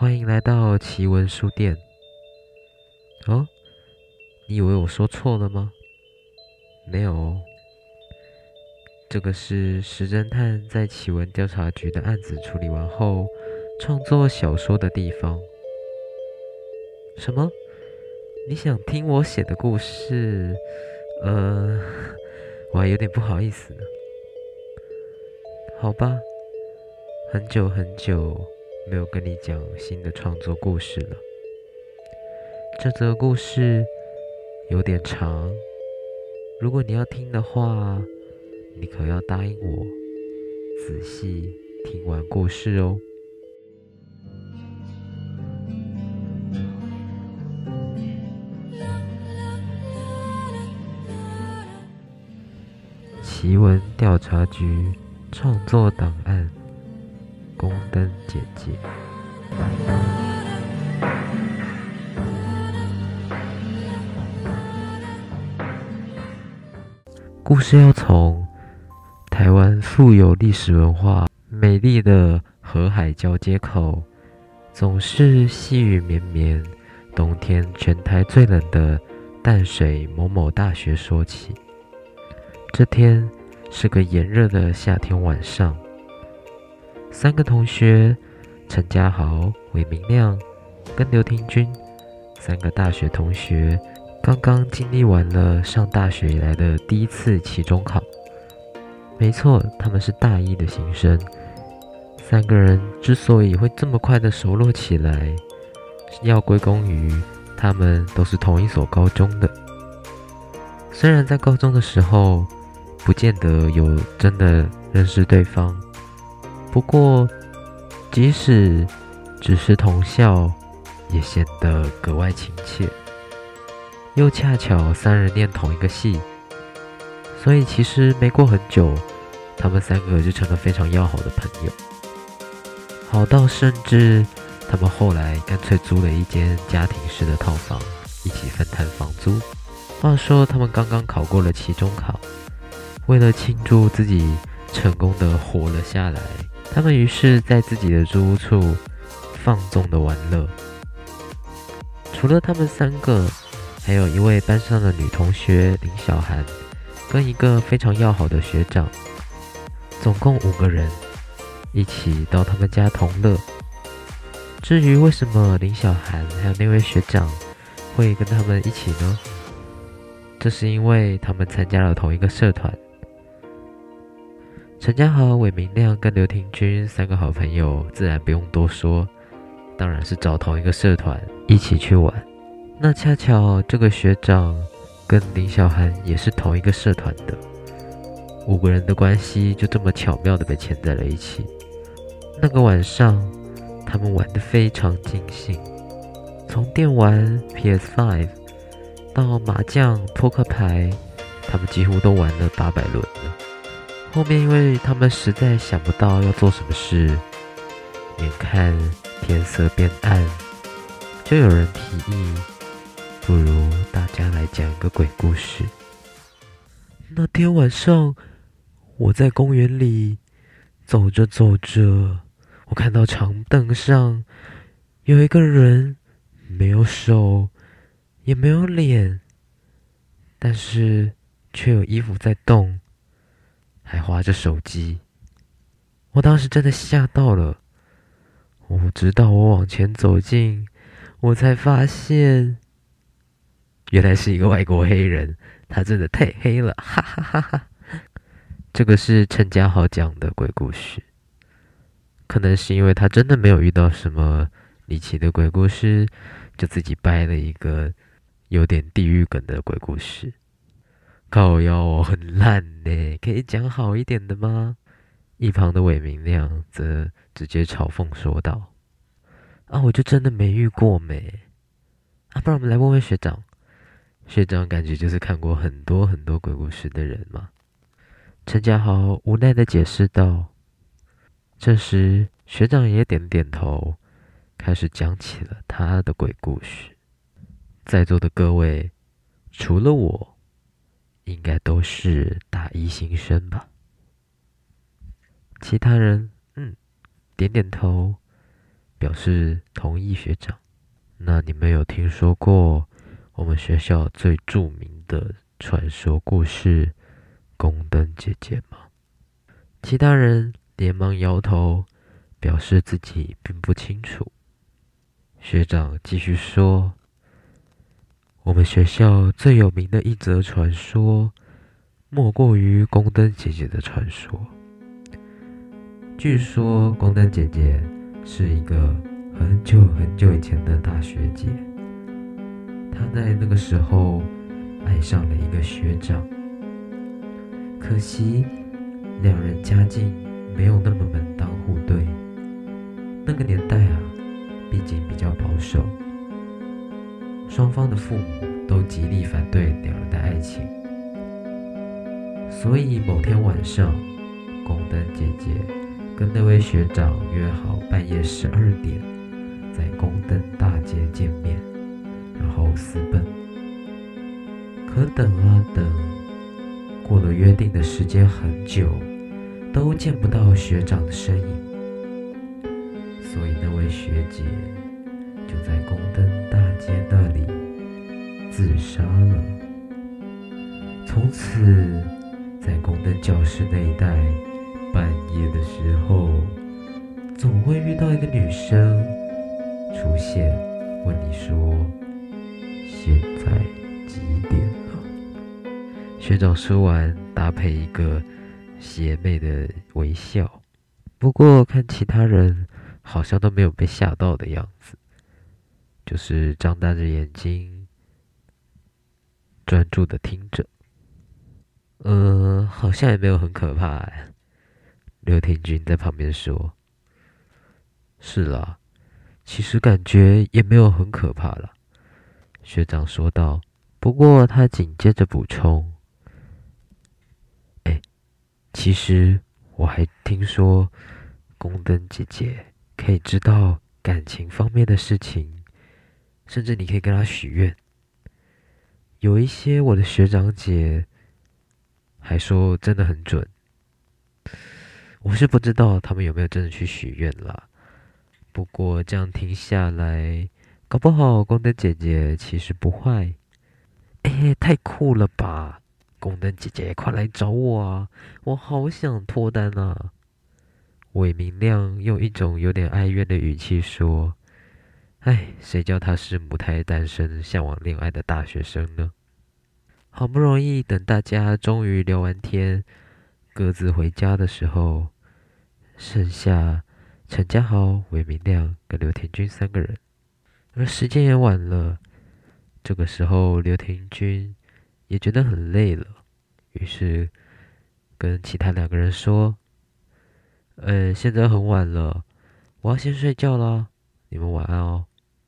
欢迎来到奇闻书店。哦，你以为我说错了吗？没有哦，这个是石侦探在奇闻调查局的案子处理完后，创作小说的地方。什么？你想听我写的故事？我还有点不好意思呢。好吧，很久很久没有跟你讲新的创作故事了。这则故事有点长，如果你要听的话，你可要答应我，仔细听完故事哦。奇闻调查局创作档案，宫灯姐姐。故事要从台湾富有历史文化、美丽的河海交接口，总是细雨绵绵，冬天全台最冷的淡水某某大学说起。这天是个炎热的夏天晚上，三个同学陈家豪、韦明亮跟刘庭君，三个大学同学刚刚经历完了上大学以来的第一次期中考。没错，他们是大一的新生。三个人之所以会这么快的熟络起来，要归功于他们都是同一所高中的。虽然在高中的时候不见得有真的认识对方，不过即使只是同校，也显得格外亲切。又恰巧三人念同一个系，所以其实没过很久，他们三个就成了非常要好的朋友。好到甚至他们后来干脆租了一间家庭式的套房，一起分摊房租。话说他们刚刚考过了期中考，为了庆祝自己成功的活了下来，他们于是在自己的租屋处放纵的玩乐。除了他们三个，还有一位班上的女同学林小涵，跟一个非常要好的学长，总共5个人一起到他们家同乐。至于为什么林小涵还有那位学长会跟他们一起呢？这是因为他们参加了同一个社团。陈家豪、韦明亮跟刘庭君三个好朋友自然不用多说，当然是找同一个社团一起去玩。那恰巧这个学长跟林小涵也是同一个社团的，5个人的关系就这么巧妙的被牵在了一起。那个晚上他们玩得非常尽兴，从电玩 PS5 到麻将、扑克牌，他们几乎都玩了800轮了。后面因为他们实在想不到要做什么事，眼看天色变暗，就有人提议，不如大家来讲一个鬼故事。那天晚上，我在公园里走着走着，我看到长凳上有一个人，没有手，也没有脸，但是却有衣服在动，还滑着手机。我当时真的吓到了，直到我往前走近，我才发现原来是一个外国黑人，他真的太黑了，哈哈哈哈。这个是陈家豪讲的鬼故事，可能是因为他真的没有遇到什么离奇的鬼故事，就自己掰了一个有点地狱梗的鬼故事。靠腰哦，很烂呢，可以讲好一点的吗？一旁的韦明亮则直接嘲讽说道：“啊，我就真的没遇过没啊，不然我们来问问学长。学长感觉就是看过很多很多鬼故事的人嘛。”陈家豪无奈地解释道。这时学长也点点头，开始讲起了他的鬼故事。在座的各位，除了我，应该都是大一新生吧？其他人点点头， 表示同意学长。那你们有听说过我们学校最著名的传说故事宫灯姐姐吗？其他人连忙摇头，表示自己并不清楚。学长继续说，我们学校最有名的一则传说，莫过于宫灯姐姐的传说。据说宫灯姐姐是一个很久很久以前的大学姐，她在那个时候爱上了一个学长，可惜两人家境没有那么门当户对。那个年代啊，毕竟比较保守，双方的父母都极力反对两人的爱情，所以某天晚上，宫灯姐姐跟那位学长约好半夜12点在宫灯大街见面，然后私奔。可等啊等，过了约定的时间很久，都见不到学长的身影，所以那位学姐就在宫灯大街那里自杀了。从此，在宫灯教室那一带，半夜的时候，总会遇到一个女生出现，问你说：“现在几点了？”学长说完，搭配一个邪魅的微笑。不过看其他人好像都没有被吓到的样子，就是张大着眼睛，专注的听着。好像也没有很可怕欸。刘庭君在旁边说：“是啦，其实感觉也没有很可怕啦。”学长说道。不过他紧接着补充：“其实我还听说，宫灯姐姐可以知道感情方面的事情，甚至你可以跟她许愿。有一些我的学长姐还说真的很准。我是不知道他们有没有真的去许愿啦。不过这样听下来，搞不好宫灯姐姐其实不坏。太酷了吧！宫灯姐姐，快来找我啊！我好想脱单啊！”韦明亮用一种有点哀怨的语气说：“谁叫他是母胎单身、向往恋爱的大学生呢？”好不容易等大家终于聊完天，各自回家的时候，剩下陈家豪、韦明亮跟刘田军3个人，而时间也晚了。这个时候，刘田军也觉得很累了，于是跟其他2个人说：“现在很晚了，我要先睡觉啦，你们晚安哦。”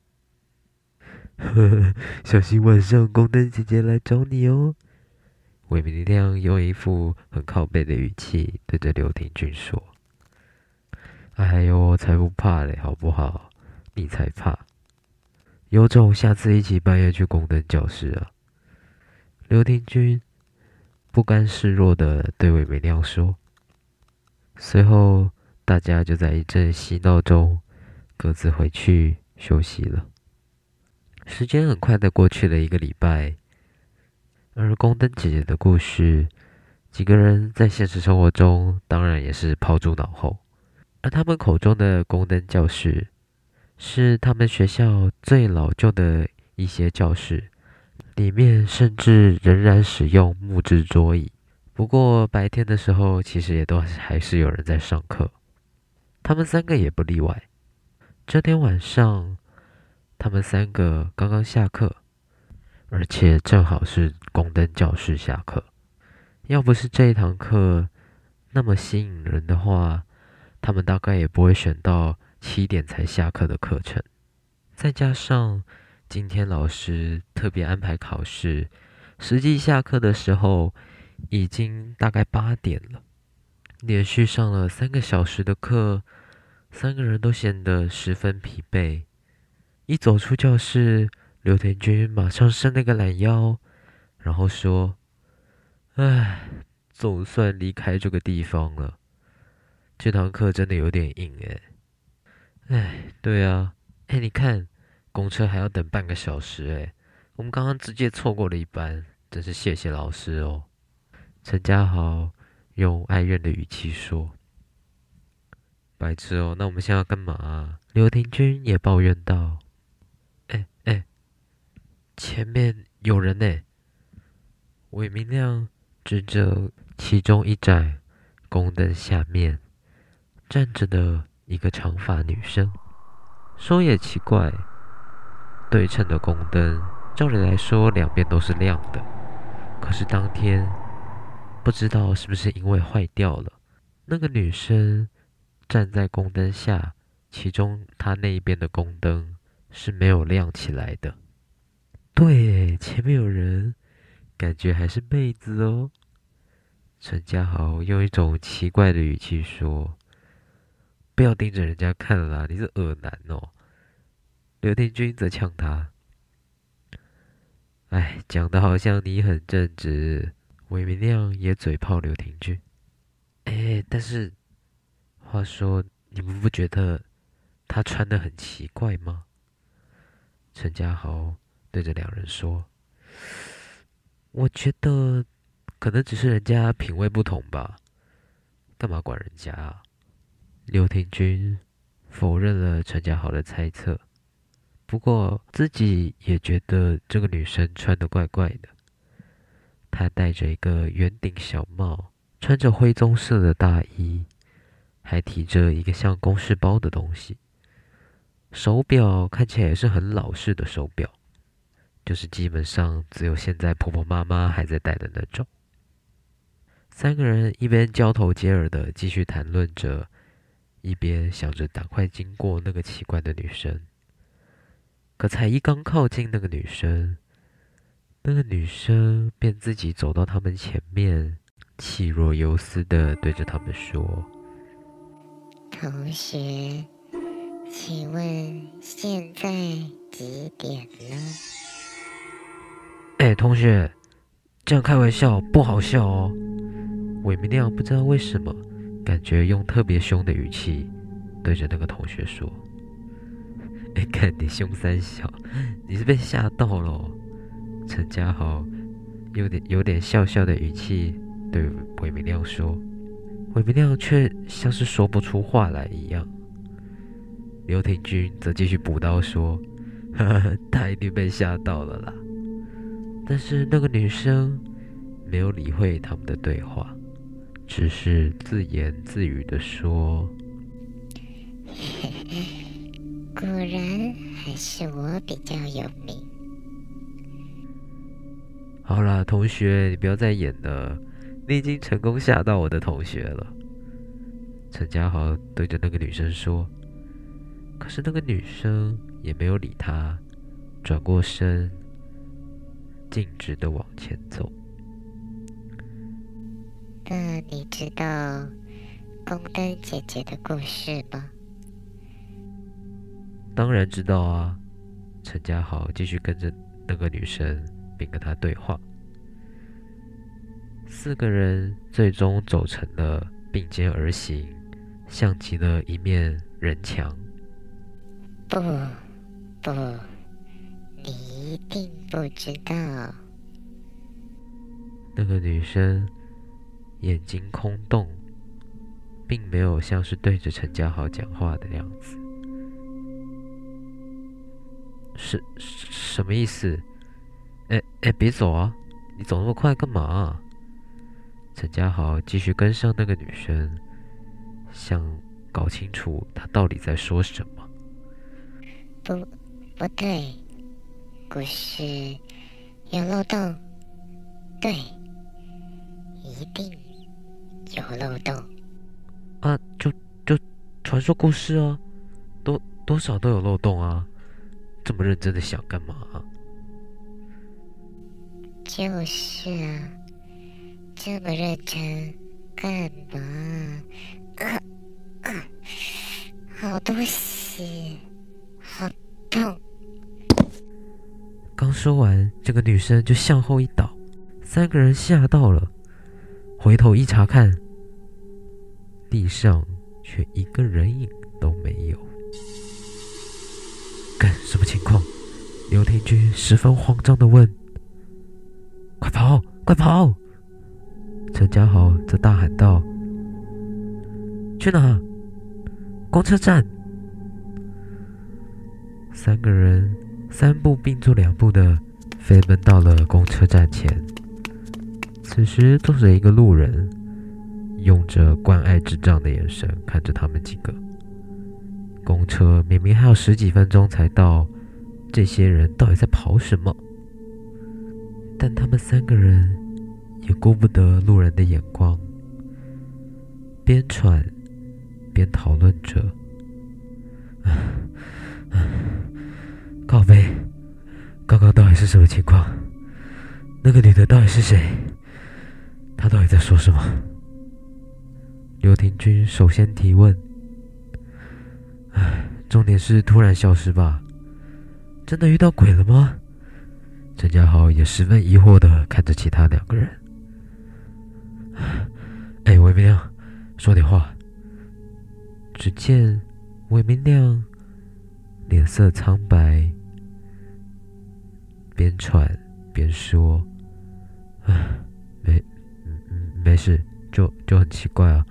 小心晚上宫灯姐姐来找你哦。韦明亮用一副很靠背的语气对着刘庭君说：“哎呦，我才不怕嘞，好不好？你才怕。有种下次一起半夜去宫灯教室啊。”刘庭君不甘示弱地对韦明亮说。随后大家就在一阵嬉闹中各自回去休息了。时间很快的过去了1个礼拜，而宫灯姐姐的故事，几个人在现实生活中当然也是抛诸脑后。而他们口中的宫灯教室，是他们学校最老旧的一些教室，里面甚至仍然使用木质桌椅。不过白天的时候，其实也都还是有人在上课，他们3个也不例外。这天晚上，他们3个刚刚下课，而且正好是宫灯教室下课。要不是这一堂课那么吸引人的话，他们大概也不会选到7点才下课的课程。再加上今天老师特别安排考试，实际下课的时候已经大概8点了。连续上了3个小时的课，3个人都显得十分疲惫。一走出教室，刘田君马上伸了个懒腰，然后说：“总算离开这个地方了。这堂课真的有点硬。” 哎，对啊，哎，你看，公车还要等半个小时，哎，我们刚刚直接错过了一班，真是谢谢老师哦。陈家豪用哀怨的语气说：“白痴哦，那我们现在要干嘛啊？”刘廷君也抱怨道：“哎哎，前面有人呢！”韦明亮指着其中一盏宫灯下面站着的一个长发女生，说也奇怪，对称的宫灯，照理来说两边都是亮的，可是当天不知道是不是因为坏掉了，那个女生站在宫灯下，其中她那一边的宫灯是没有亮起来的。对，前面有人，感觉还是妹子哦。陈家豪用一种奇怪的语气说：“不要盯着人家看啦，你是恶男哦。”刘天君则呛他：“哎，讲的好像你很正直。”韦明亮也嘴炮刘廷君：“哎，但是话说，你们不觉得他穿的很奇怪吗？”陈家豪对着两人说：“我觉得可能只是人家品味不同吧，干嘛管人家啊？”刘廷君否认了陈家豪的猜测，不过自己也觉得这个女生穿得怪怪的。她戴着一个圆顶小帽，穿着灰棕色的大衣，还提着一个像公事包的东西。手表看起来也是很老式的手表，就是基本上只有现在婆婆妈妈还在戴的那种。三个人一边交头接耳的继续谈论着，一边想着赶快经过那个奇怪的女生。可才一刚靠近那个女生，那个女生便自己走到他们前面，气若游丝的对着他们说： 同学，请问现在几点了？ “哎，同学，这样开玩笑不好笑哦。”韦明亮不知道为什么，感觉用特别凶的语气对着那个同学说：“哎，看你凶三小，你是被吓到了哦。”陈家豪有点笑笑的语气对韦明亮说，韦明亮却像是说不出话来一样。刘廷君则继续补刀说：“呵呵，他一定被吓到了啦。”但是那个女生没有理会他们的对话，只是自言自语的说：“ 果然还是我比较有名。” 好啦，同学，你不要再演了，你已经成功吓到我的同学了。陈家豪对着那个女生说，可是那个女生也没有理他，转过身，径直的往前走。 那你知道宫灯姐姐的故事吗？ 当然知道啊。陈家豪继续跟着那个女生，并跟她对话。四个人最终走成了并肩而行，像极了一面人墙。 不，你一定不知道。 那个女生眼睛空洞，并没有像是对着陈家豪讲话的样子。什么意思？哎，别走啊！你走那么快干嘛啊？陈家豪继续跟上那个女生，想搞清楚她到底在说什么。 不对，故事有漏洞。对，一定有漏洞啊！就传说故事啊，多少都有漏洞啊！这么认真的想干嘛啊？ 就是啊，这么认真干嘛？好多血，好痛！ 刚说完，这个女生就向后一倒，三个人吓到了，回头一查看，地上却一个人影都没有。 干什么情况？刘廷君十分慌张地问。快跑，快跑！陈家豪则大喊道。去哪？公车站。三个人三步并作两步地飞奔到了公车站前。此时坐着一个路人，用着关爱智障的眼神看着他们几个。公车明明还有10几分钟才到，这些人到底在跑什么？但他们三个人也顾不得路人的眼光，边喘边讨论着。靠北，刚刚到底是什么情况？那个女的到底是谁？她到底在说什么？刘廷君首先提问。重点是突然消失吧？真的遇到鬼了吗？陈家豪也十分疑惑地看着其他2个人。韦明亮，说点话。只见韦明亮脸色苍白，边喘边说：“没事，就很奇怪啊。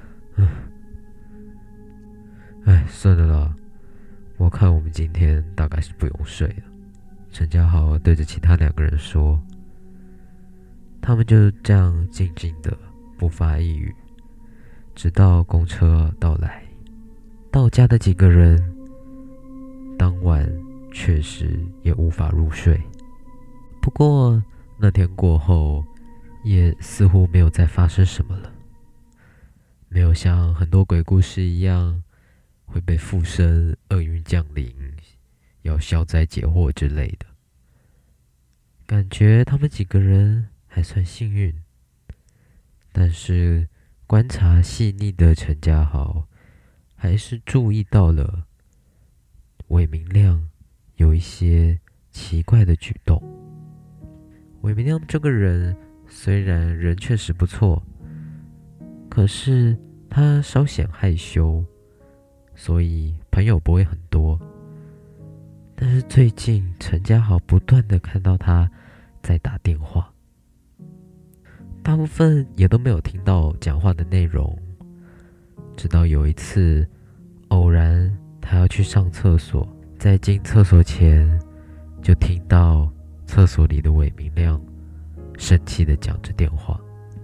算了啦，我看我们今天大概是不用睡了。”陈家豪对着其他2个人说。他们就这样静静的不发一语，直到公车到来。到家的几个人当晚确实也无法入睡，不过那天过后也似乎没有再发生什么了，没有像很多鬼故事一样会被附身、厄运降临、要消灾解惑之类的。感觉他们几个人还算幸运，但是观察细腻的陈家豪还是注意到了韦明亮有一些奇怪的举动。韦明亮这个人虽然人确实不错，可是他稍显害羞，所以朋友不会很多。但是最近陈家豪不断地看到他在打电话，大部分也都没有听到讲话的内容，直到有一次偶然他要去上厕所，在进厕所前就听到厕所里的韦明亮生气地讲着电话。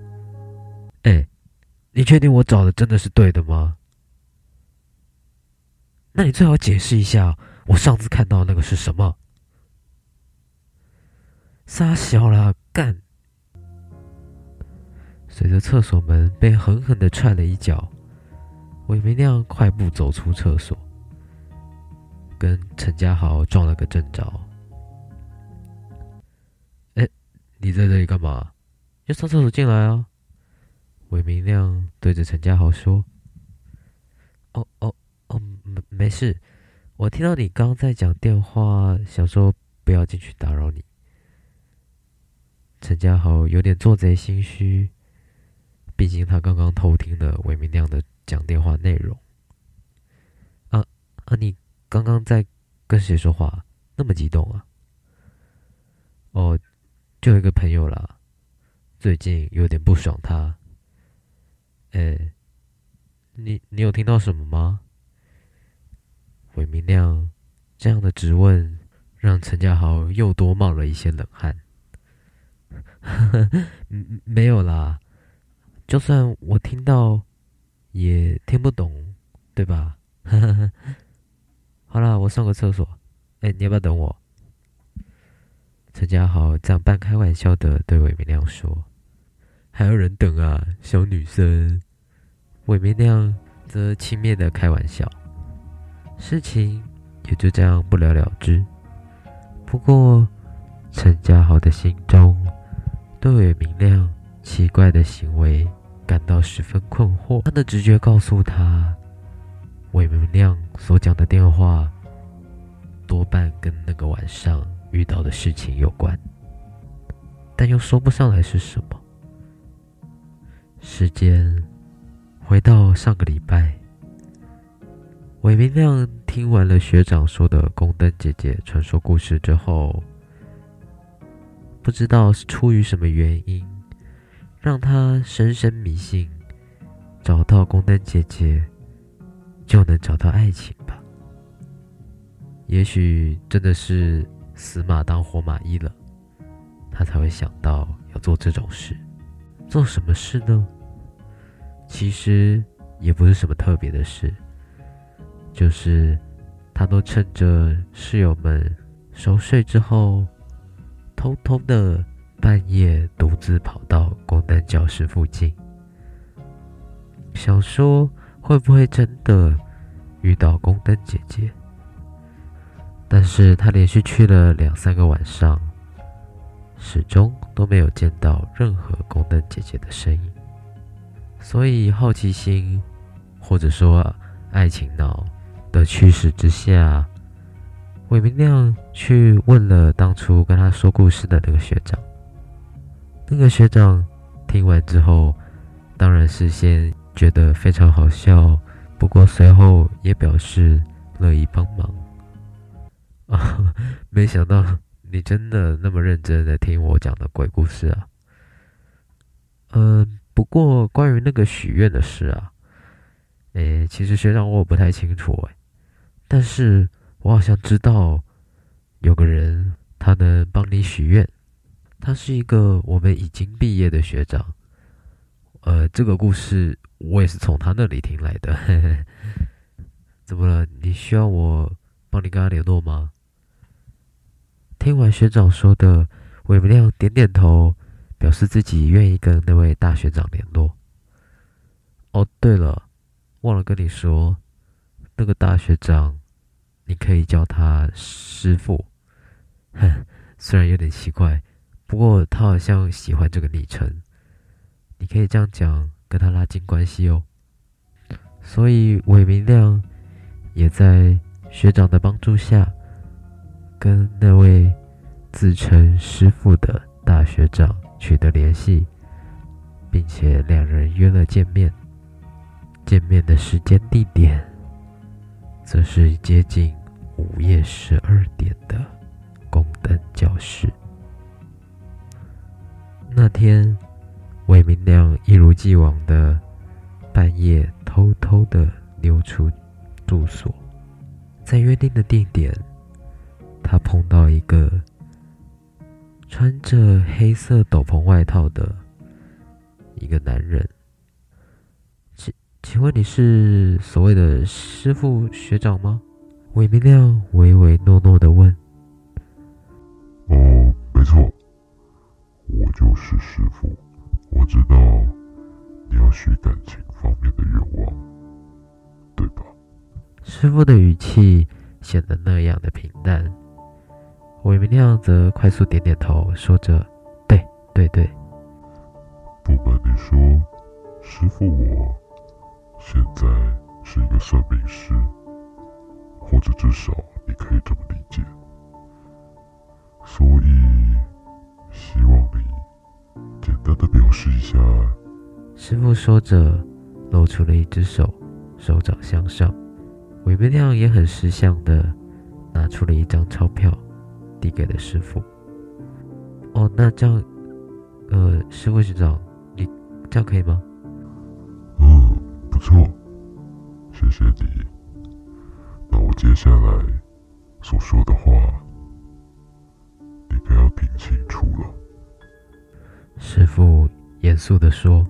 你确定我找的真的是对的吗？那你最好解释一下我上次看到那个是什么？傻小啦，干！随着厕所门被狠狠地踹了一脚，韦明亮快步走出厕所，跟陈家豪撞了个正着。你在这里干嘛？要上厕所进来啊！韦明亮对着陈家豪说。没事，我听到你刚在讲电话，想说不要进去打扰你。陈家豪有点做贼心虚，毕竟他刚刚偷听了韦明亮的讲电话内容。你刚刚在跟谁说话？那么激动啊？就一个朋友啦，最近有点不爽他。你有听到什么吗？韦明亮这样的质问让陈家豪又多冒了一些冷汗。没有啦，就算我听到也听不懂，对吧？好啦，我上个厕所，你要不要等我？陈家豪这样半开玩笑的对韦明亮说。还有人等啊，小女生。韦明亮则轻蔑的开玩笑。事情也就这样不了了之。不过陈家豪的心中对韦明亮奇怪的行为感到十分困惑。他的直觉告诉他，韦明亮所讲的电话多半跟那个晚上遇到的事情有关，但又说不上来是什么。时间回到上个礼拜， 韦明亮听完了学长说的宫灯姐姐传说故事之后，不知道是出于什么原因，让他深深迷信，找到宫灯姐姐就能找到爱情吧。也许真的是死马当活马医了，他才会想到要做这种事。做什么事呢？其实也不是什么特别的事，就是他都趁着室友们熟睡之后，偷偷的半夜独自跑到宫灯教室附近，想说会不会真的遇到宫灯姐姐。但是他连续去了2-3个晚上，始终都没有见到任何宫灯姐姐的身影。所以好奇心或者说爱情脑的驱使之下，韦明亮去问了当初跟他说故事的那个学长。那个学长听完之后，当然是先觉得非常好笑，不过随后也表示乐意帮忙。没想到你真的那么认真的听我讲的鬼故事啊。不过关于那个许愿的事啊，其实学长我不太清楚但是我好像知道有个人他能帮你许愿，他是一个我们已经毕业的学长。这个故事我也是从他那里听来的。怎么了？你需要我帮你跟他联络吗？听完学长说的，韦明亮点点头，表示自己愿意跟那位大学长联络。哦，对了，忘了跟你说，那个大学长，你可以叫他师父。虽然有点奇怪，不过他好像喜欢这个昵称，你可以这样讲，跟他拉近关系哦。所以韦明亮也在学长的帮助下，跟那位自称师父的大学长取得联系，并且两人约了见面。见面的时间地点，则是接近午夜12点的宫灯教室。那天，韦明亮一如既往的半夜偷偷的溜出住所，在约定的地点，他碰到一个穿着黑色斗篷外套的一个男人。请问你是所谓的师父学长吗？韦明亮唯唯诺诺地问。 没错，我就是师父。我知道你要许感情方面的愿望，对吧？ 师父的语气显得那样的平淡。韦明亮则快速点点头，说着对。 不瞒你说，师父我现在是一个算命师，或者至少你可以这么理解。所以希望你简单的表示一下。 师父说着露出了一只手，手掌向上。韦明亮也很识相的拿出了一张钞票递给了师父。那这样师父学长，你这样可以吗？ 不错，谢谢你。那我接下来所说的话，你该要听清楚了。 师父严肃地说：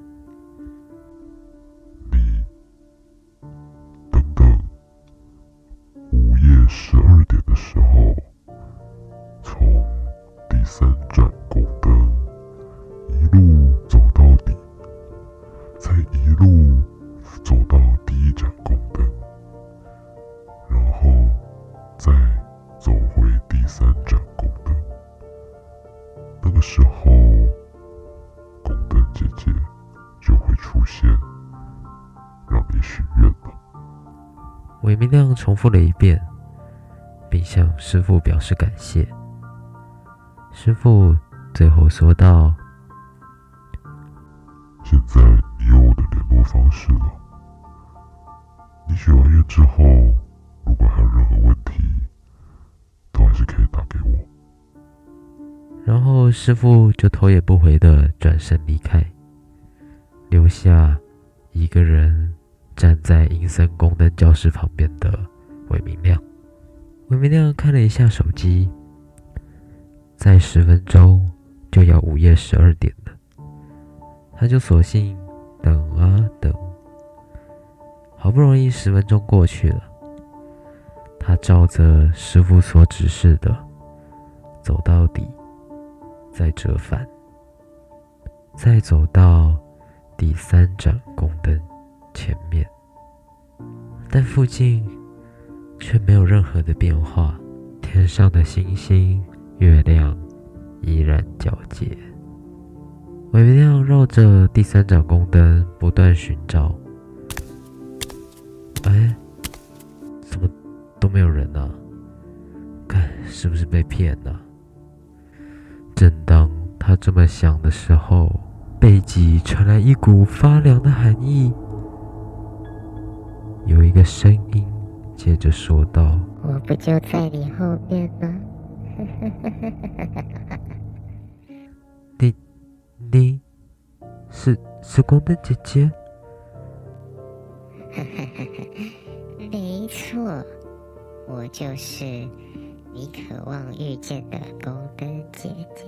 你等等午夜12点的时候，从第3盏宫灯一路走到底，再一路走到第1盏宫灯，然后再走回第3盏宫灯。那个时候，宫灯姐姐就会出现，让你许愿了。 韦明亮重复了一遍，并向师父表示感谢。师父最后说道： 现在你有我的联络方式了，你许完愿之后，如果还有任何问题，都还是可以打给我。 然后师父就头也不回地转身离开，留下一个人站在阴森宫灯教室旁边的韦明亮。韦明亮看了一下手机，在10分钟就要午夜12点了，他就索性等啊等。好不容易10分钟过去了，他照着师父所指示的走到底，再折返，再走到第3盏宫灯前面，但附近却没有任何的变化，天上的星星、月亮依然皎洁。韦明亮绕着第3盏宫灯不断寻找，怎么都没有人啊？看是不是被骗了？正当他这么想的时候，背脊传来一股发凉的寒意，有一个声音接着说道：“ 我不就在你后面吗？” 你是宫灯姐姐？ 没错，我就是你渴望遇见的宫灯姐姐。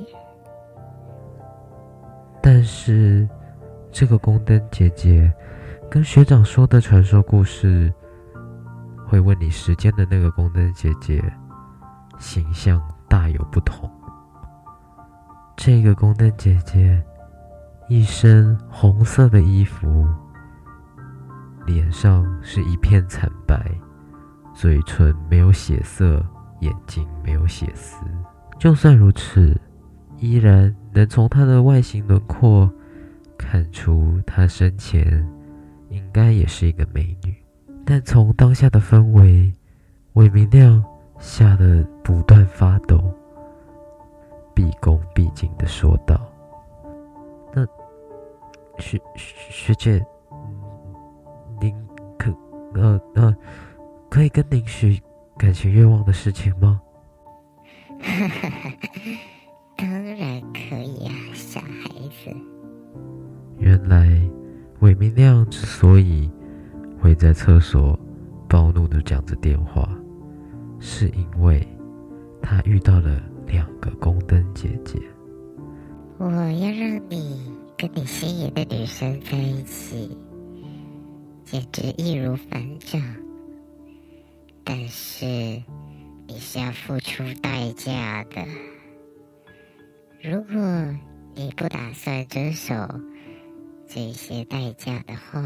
但是这个宫灯姐姐跟学长说的传说故事会问你时间的那个宫灯姐姐形象大有不同。这个宫灯姐姐一身红色的衣服，脸上是一片惨白，嘴唇没有血色，眼睛没有血丝。就算如此，依然能从她的外形轮廓看出她生前应该也是一个美女。但从当下的氛围，韦明亮吓得不断发抖，毕恭毕敬地说道：“那学姐，您可以跟您许感情愿望的事情吗？” 当然可以啊，小孩子。 原来韦明亮之所以会在厕所暴怒地讲着电话，是因为他遇到了2个宫灯姐姐。 我要让你跟你心仪的女生在一起，简直易如反掌。但是你是要付出代价的。如果你不打算遵守这些代价的话，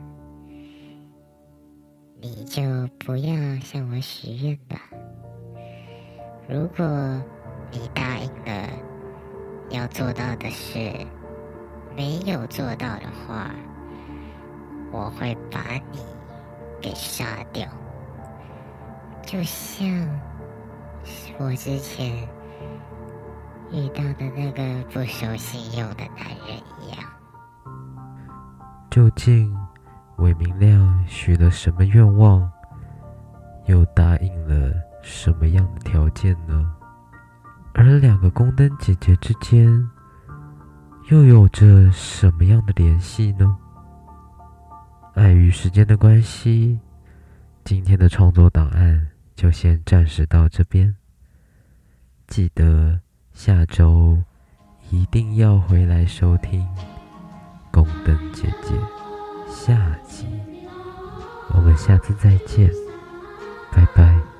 你就不要向我许愿吧。如果你答应了要做到的事，没有做到的话，我会把你给杀掉，就像我之前遇到的那个不守信用的男人一样。 究竟韦明亮许了什么愿望，又答应了什么样的条件呢？而2个宫灯姐姐之间又有着什么样的联系呢？碍于时间的关系，今天的创作档案就先暂时到这边。记得下周一定要回来收听宫灯姐姐下集。我们下次再见，拜拜。